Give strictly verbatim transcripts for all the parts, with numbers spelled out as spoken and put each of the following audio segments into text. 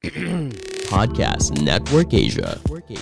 Podcast Network Asia.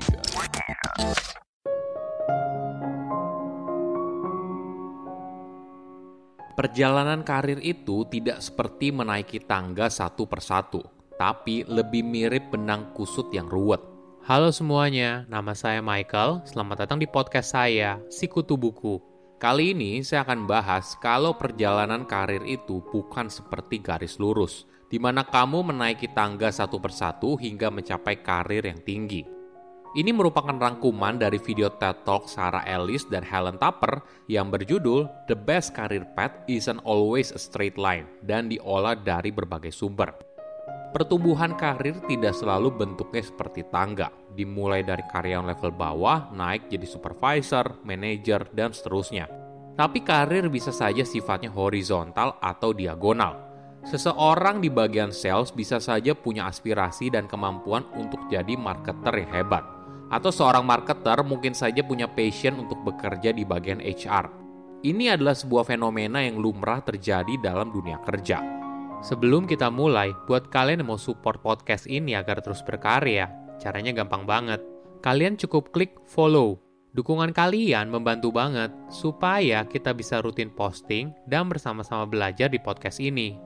Perjalanan karir itu tidak seperti menaiki tangga satu persatu, tapi lebih mirip benang kusut yang ruwet. Halo semuanya, nama saya Michael. Selamat datang di podcast saya, Sikutu Buku. Kali ini saya akan bahas kalau perjalanan karir itu bukan seperti garis lurus, di mana kamu menaiki tangga satu persatu hingga mencapai karir yang tinggi. Ini merupakan rangkuman dari video TED Talk Sarah Ellis dan Helen Tupper yang berjudul The Best Career Path Isn't Always a Straight Line dan diolah dari berbagai sumber. Pertumbuhan karir tidak selalu bentuknya seperti tangga, dimulai dari karyawan level bawah, naik jadi supervisor, manajer, dan seterusnya. Tapi karir bisa saja sifatnya horizontal atau diagonal. Seseorang di bagian sales bisa saja punya aspirasi dan kemampuan untuk jadi marketer yang hebat. Atau seorang marketer mungkin saja punya passion untuk bekerja di bagian H R. Ini adalah sebuah fenomena yang lumrah terjadi dalam dunia kerja. Sebelum kita mulai, buat kalian yang mau support podcast ini agar terus berkarya, caranya gampang banget. Kalian cukup klik follow. Dukungan kalian membantu banget supaya kita bisa rutin posting dan bersama-sama belajar di podcast ini.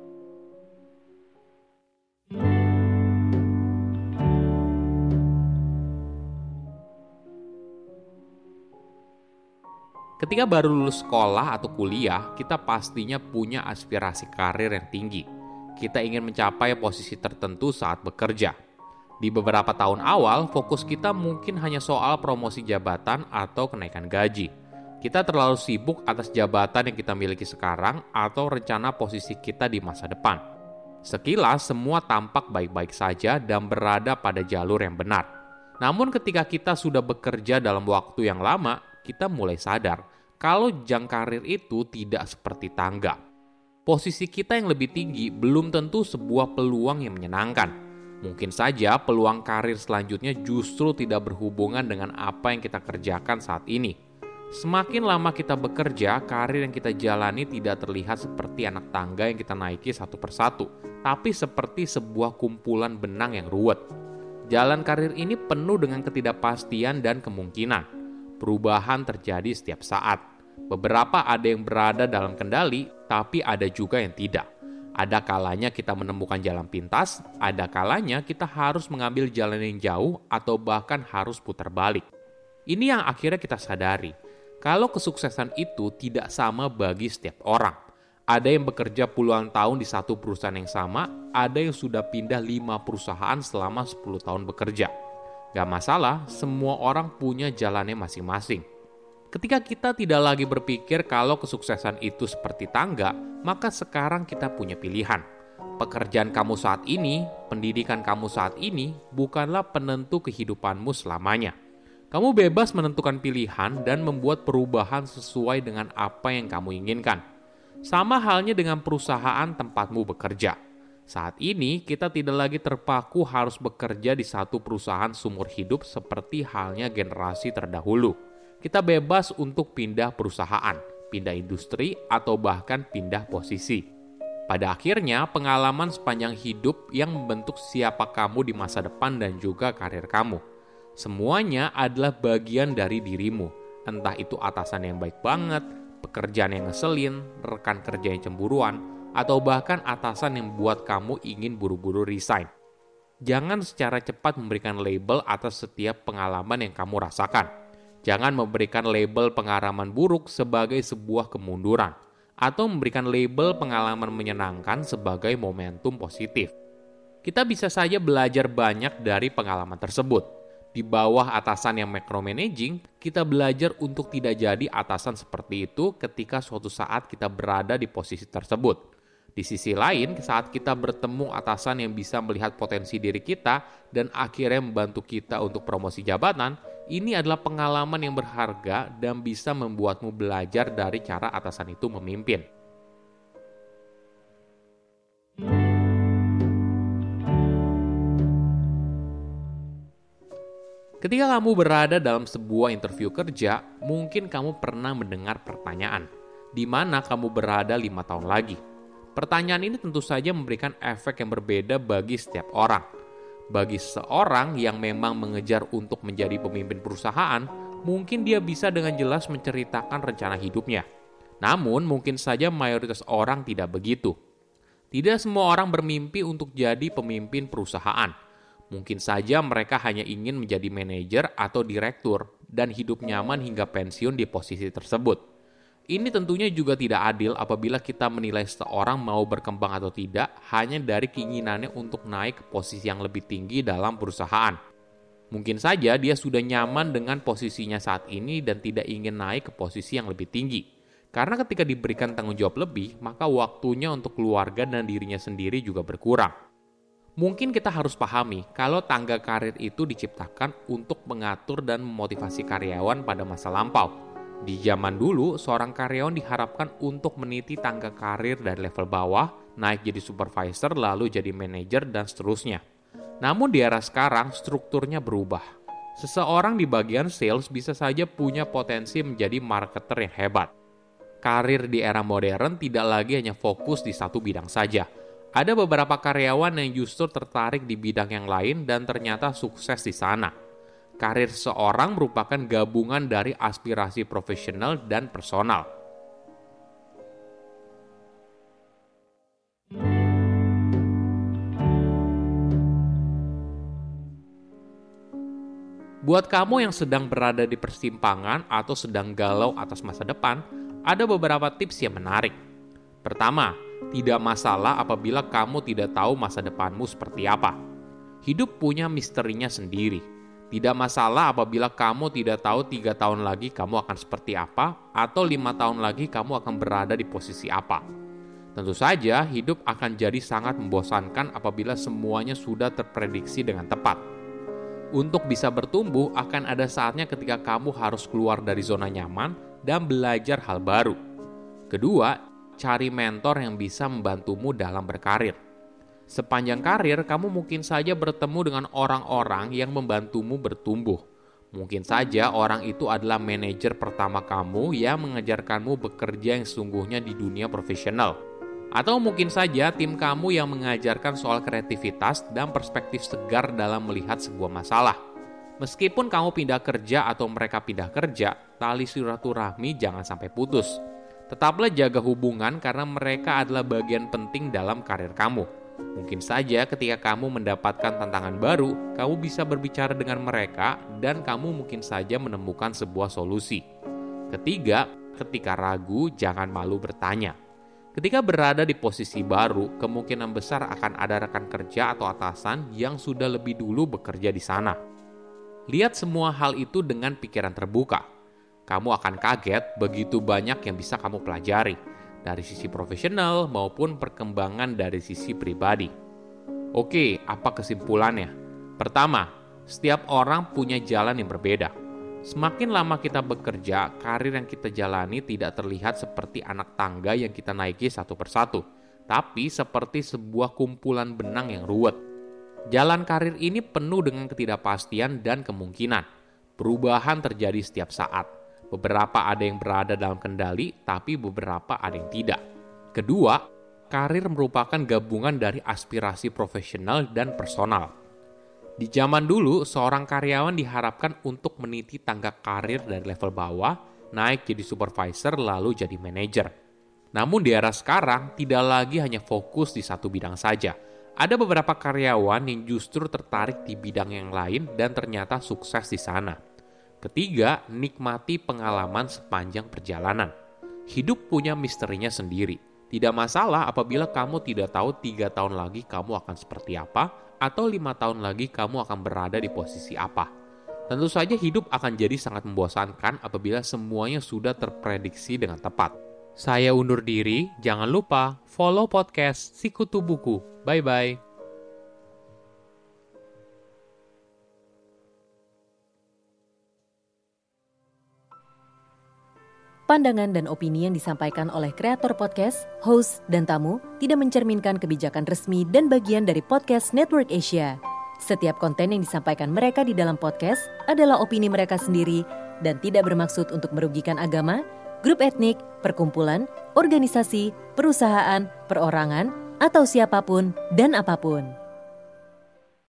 Ketika baru lulus sekolah atau kuliah, kita pastinya punya aspirasi karir yang tinggi. Kita ingin mencapai posisi tertentu saat bekerja. Di beberapa tahun awal, fokus kita mungkin hanya soal promosi jabatan atau kenaikan gaji. Kita terlalu sibuk atas jabatan yang kita miliki sekarang atau rencana posisi kita di masa depan. Sekilas, semua tampak baik-baik saja dan berada pada jalur yang benar. Namun ketika kita sudah bekerja dalam waktu yang lama, kita mulai sadar kalau jang karir itu tidak seperti tangga. Posisi kita yang lebih tinggi belum tentu sebuah peluang yang menyenangkan. Mungkin saja peluang karir selanjutnya justru tidak berhubungan dengan apa yang kita kerjakan saat ini. Semakin lama kita bekerja, karir yang kita jalani tidak terlihat seperti anak tangga yang kita naiki satu persatu, tapi seperti sebuah kumpulan benang yang ruwet. Jalan karir ini penuh dengan ketidakpastian dan kemungkinan. Perubahan terjadi setiap saat. Beberapa ada yang berada dalam kendali, tapi ada juga yang tidak. Ada kalanya kita menemukan jalan pintas, ada kalanya kita harus mengambil jalan yang jauh atau bahkan harus putar balik. Ini yang akhirnya kita sadari, kalau kesuksesan itu tidak sama bagi setiap orang. Ada yang bekerja puluhan tahun di satu perusahaan yang sama, ada yang sudah pindah lima perusahaan selama sepuluh tahun bekerja. Gak masalah, semua orang punya jalannya masing-masing. Ketika kita tidak lagi berpikir kalau kesuksesan itu seperti tangga, maka sekarang kita punya pilihan. Pekerjaan kamu saat ini, pendidikan kamu saat ini, bukanlah penentu kehidupanmu selamanya. Kamu bebas menentukan pilihan dan membuat perubahan sesuai dengan apa yang kamu inginkan. Sama halnya dengan perusahaan tempatmu bekerja. Saat ini, kita tidak lagi terpaku harus bekerja di satu perusahaan seumur hidup seperti halnya generasi terdahulu. Kita bebas untuk pindah perusahaan, pindah industri, atau bahkan pindah posisi. Pada akhirnya, pengalaman sepanjang hidup yang membentuk siapa kamu di masa depan dan juga karir kamu. Semuanya adalah bagian dari dirimu, entah itu atasan yang baik banget, pekerjaan yang ngeselin, rekan kerja yang cemburuan, atau bahkan atasan yang membuat kamu ingin buru-buru resign. Jangan secara cepat memberikan label atas setiap pengalaman yang kamu rasakan. Jangan memberikan label pengalaman buruk sebagai sebuah kemunduran, atau memberikan label pengalaman menyenangkan sebagai momentum positif. Kita bisa saja belajar banyak dari pengalaman tersebut. Di bawah atasan yang micromanaging, kita belajar untuk tidak jadi atasan seperti itu ketika suatu saat kita berada di posisi tersebut. Di sisi lain, saat kita bertemu atasan yang bisa melihat potensi diri kita dan akhirnya membantu kita untuk promosi jabatan, ini adalah pengalaman yang berharga dan bisa membuatmu belajar dari cara atasan itu memimpin. Ketika kamu berada dalam sebuah interview kerja, mungkin kamu pernah mendengar pertanyaan, di mana kamu berada lima tahun lagi? Pertanyaan ini tentu saja memberikan efek yang berbeda bagi setiap orang. Bagi seseorang yang memang mengejar untuk menjadi pemimpin perusahaan, mungkin dia bisa dengan jelas menceritakan rencana hidupnya. Namun, mungkin saja mayoritas orang tidak begitu. Tidak semua orang bermimpi untuk jadi pemimpin perusahaan. Mungkin saja mereka hanya ingin menjadi manajer atau direktur dan hidup nyaman hingga pensiun di posisi tersebut. Ini tentunya juga tidak adil apabila kita menilai seseorang mau berkembang atau tidak hanya dari keinginannya untuk naik ke posisi yang lebih tinggi dalam perusahaan. Mungkin saja dia sudah nyaman dengan posisinya saat ini dan tidak ingin naik ke posisi yang lebih tinggi. Karena ketika diberikan tanggung jawab lebih, maka waktunya untuk keluarga dan dirinya sendiri juga berkurang. Mungkin kita harus pahami kalau tangga karir itu diciptakan untuk mengatur dan memotivasi karyawan pada masa lampau. Di zaman dulu, seorang karyawan diharapkan untuk meniti tangga karir dari level bawah, naik jadi supervisor, lalu jadi manajer, dan seterusnya. Namun di era sekarang, strukturnya berubah. Seseorang di bagian sales bisa saja punya potensi menjadi marketer yang hebat. Karir di era modern tidak lagi hanya fokus di satu bidang saja. Ada beberapa karyawan yang justru tertarik di bidang yang lain dan ternyata sukses di sana. Karir seorang merupakan gabungan dari aspirasi profesional dan personal. Buat kamu yang sedang berada di persimpangan atau sedang galau atas masa depan, ada beberapa tips yang menarik. Pertama, tidak masalah apabila kamu tidak tahu masa depanmu seperti apa. Hidup punya misterinya sendiri. Tidak masalah apabila kamu tidak tahu tiga tahun lagi kamu akan seperti apa atau lima tahun lagi kamu akan berada di posisi apa. Tentu saja hidup akan jadi sangat membosankan apabila semuanya sudah terprediksi dengan tepat. Untuk bisa bertumbuh akan ada saatnya ketika kamu harus keluar dari zona nyaman dan belajar hal baru. Kedua, cari mentor yang bisa membantumu dalam berkarir. Sepanjang karir, kamu mungkin saja bertemu dengan orang-orang yang membantumu bertumbuh. Mungkin saja orang itu adalah manajer pertama kamu yang mengajarkanmu bekerja yang sesungguhnya di dunia profesional. Atau mungkin saja tim kamu yang mengajarkan soal kreativitas dan perspektif segar dalam melihat sebuah masalah. Meskipun kamu pindah kerja atau mereka pindah kerja, tali silaturahmi jangan sampai putus. Tetaplah jaga hubungan karena mereka adalah bagian penting dalam karir kamu. Mungkin saja ketika kamu mendapatkan tantangan baru, kamu bisa berbicara dengan mereka dan kamu mungkin saja menemukan sebuah solusi. Ketiga, ketika ragu, jangan malu bertanya. Ketika berada di posisi baru, kemungkinan besar akan ada rekan kerja atau atasan yang sudah lebih dulu bekerja di sana. Lihat semua hal itu dengan pikiran terbuka. Kamu akan kaget begitu banyak yang bisa kamu pelajari. Dari sisi profesional maupun perkembangan dari sisi pribadi. Oke, apa kesimpulannya? Pertama, setiap orang punya jalan yang berbeda. Semakin lama kita bekerja, karir yang kita jalani tidak terlihat seperti anak tangga yang kita naiki satu persatu, tapi seperti sebuah kumpulan benang yang ruwet. Jalan karir ini penuh dengan ketidakpastian dan kemungkinan. Perubahan terjadi setiap saat. Beberapa ada yang berada dalam kendali, tapi beberapa ada yang tidak. Kedua, karir merupakan gabungan dari aspirasi profesional dan personal. Di zaman dulu, seorang karyawan diharapkan untuk meniti tangga karir dari level bawah, naik jadi supervisor, lalu jadi manajer. Namun di era sekarang, tidak lagi hanya fokus di satu bidang saja. Ada beberapa karyawan yang justru tertarik di bidang yang lain dan ternyata sukses di sana. Ketiga, nikmati pengalaman sepanjang perjalanan. Hidup punya misterinya sendiri. Tidak masalah apabila kamu tidak tahu tiga tahun lagi kamu akan seperti apa, atau lima tahun lagi kamu akan berada di posisi apa. Tentu saja hidup akan jadi sangat membosankan apabila semuanya sudah terprediksi dengan tepat. Saya undur diri, jangan lupa follow podcast Sikutu Buku. Bye-bye. Pandangan dan opini yang disampaikan oleh kreator podcast, host, dan tamu tidak mencerminkan kebijakan resmi dan bagian dari podcast Network Asia. Setiap konten yang disampaikan mereka di dalam podcast adalah opini mereka sendiri dan tidak bermaksud untuk merugikan agama, grup etnik, perkumpulan, organisasi, perusahaan, perorangan, atau siapapun dan apapun.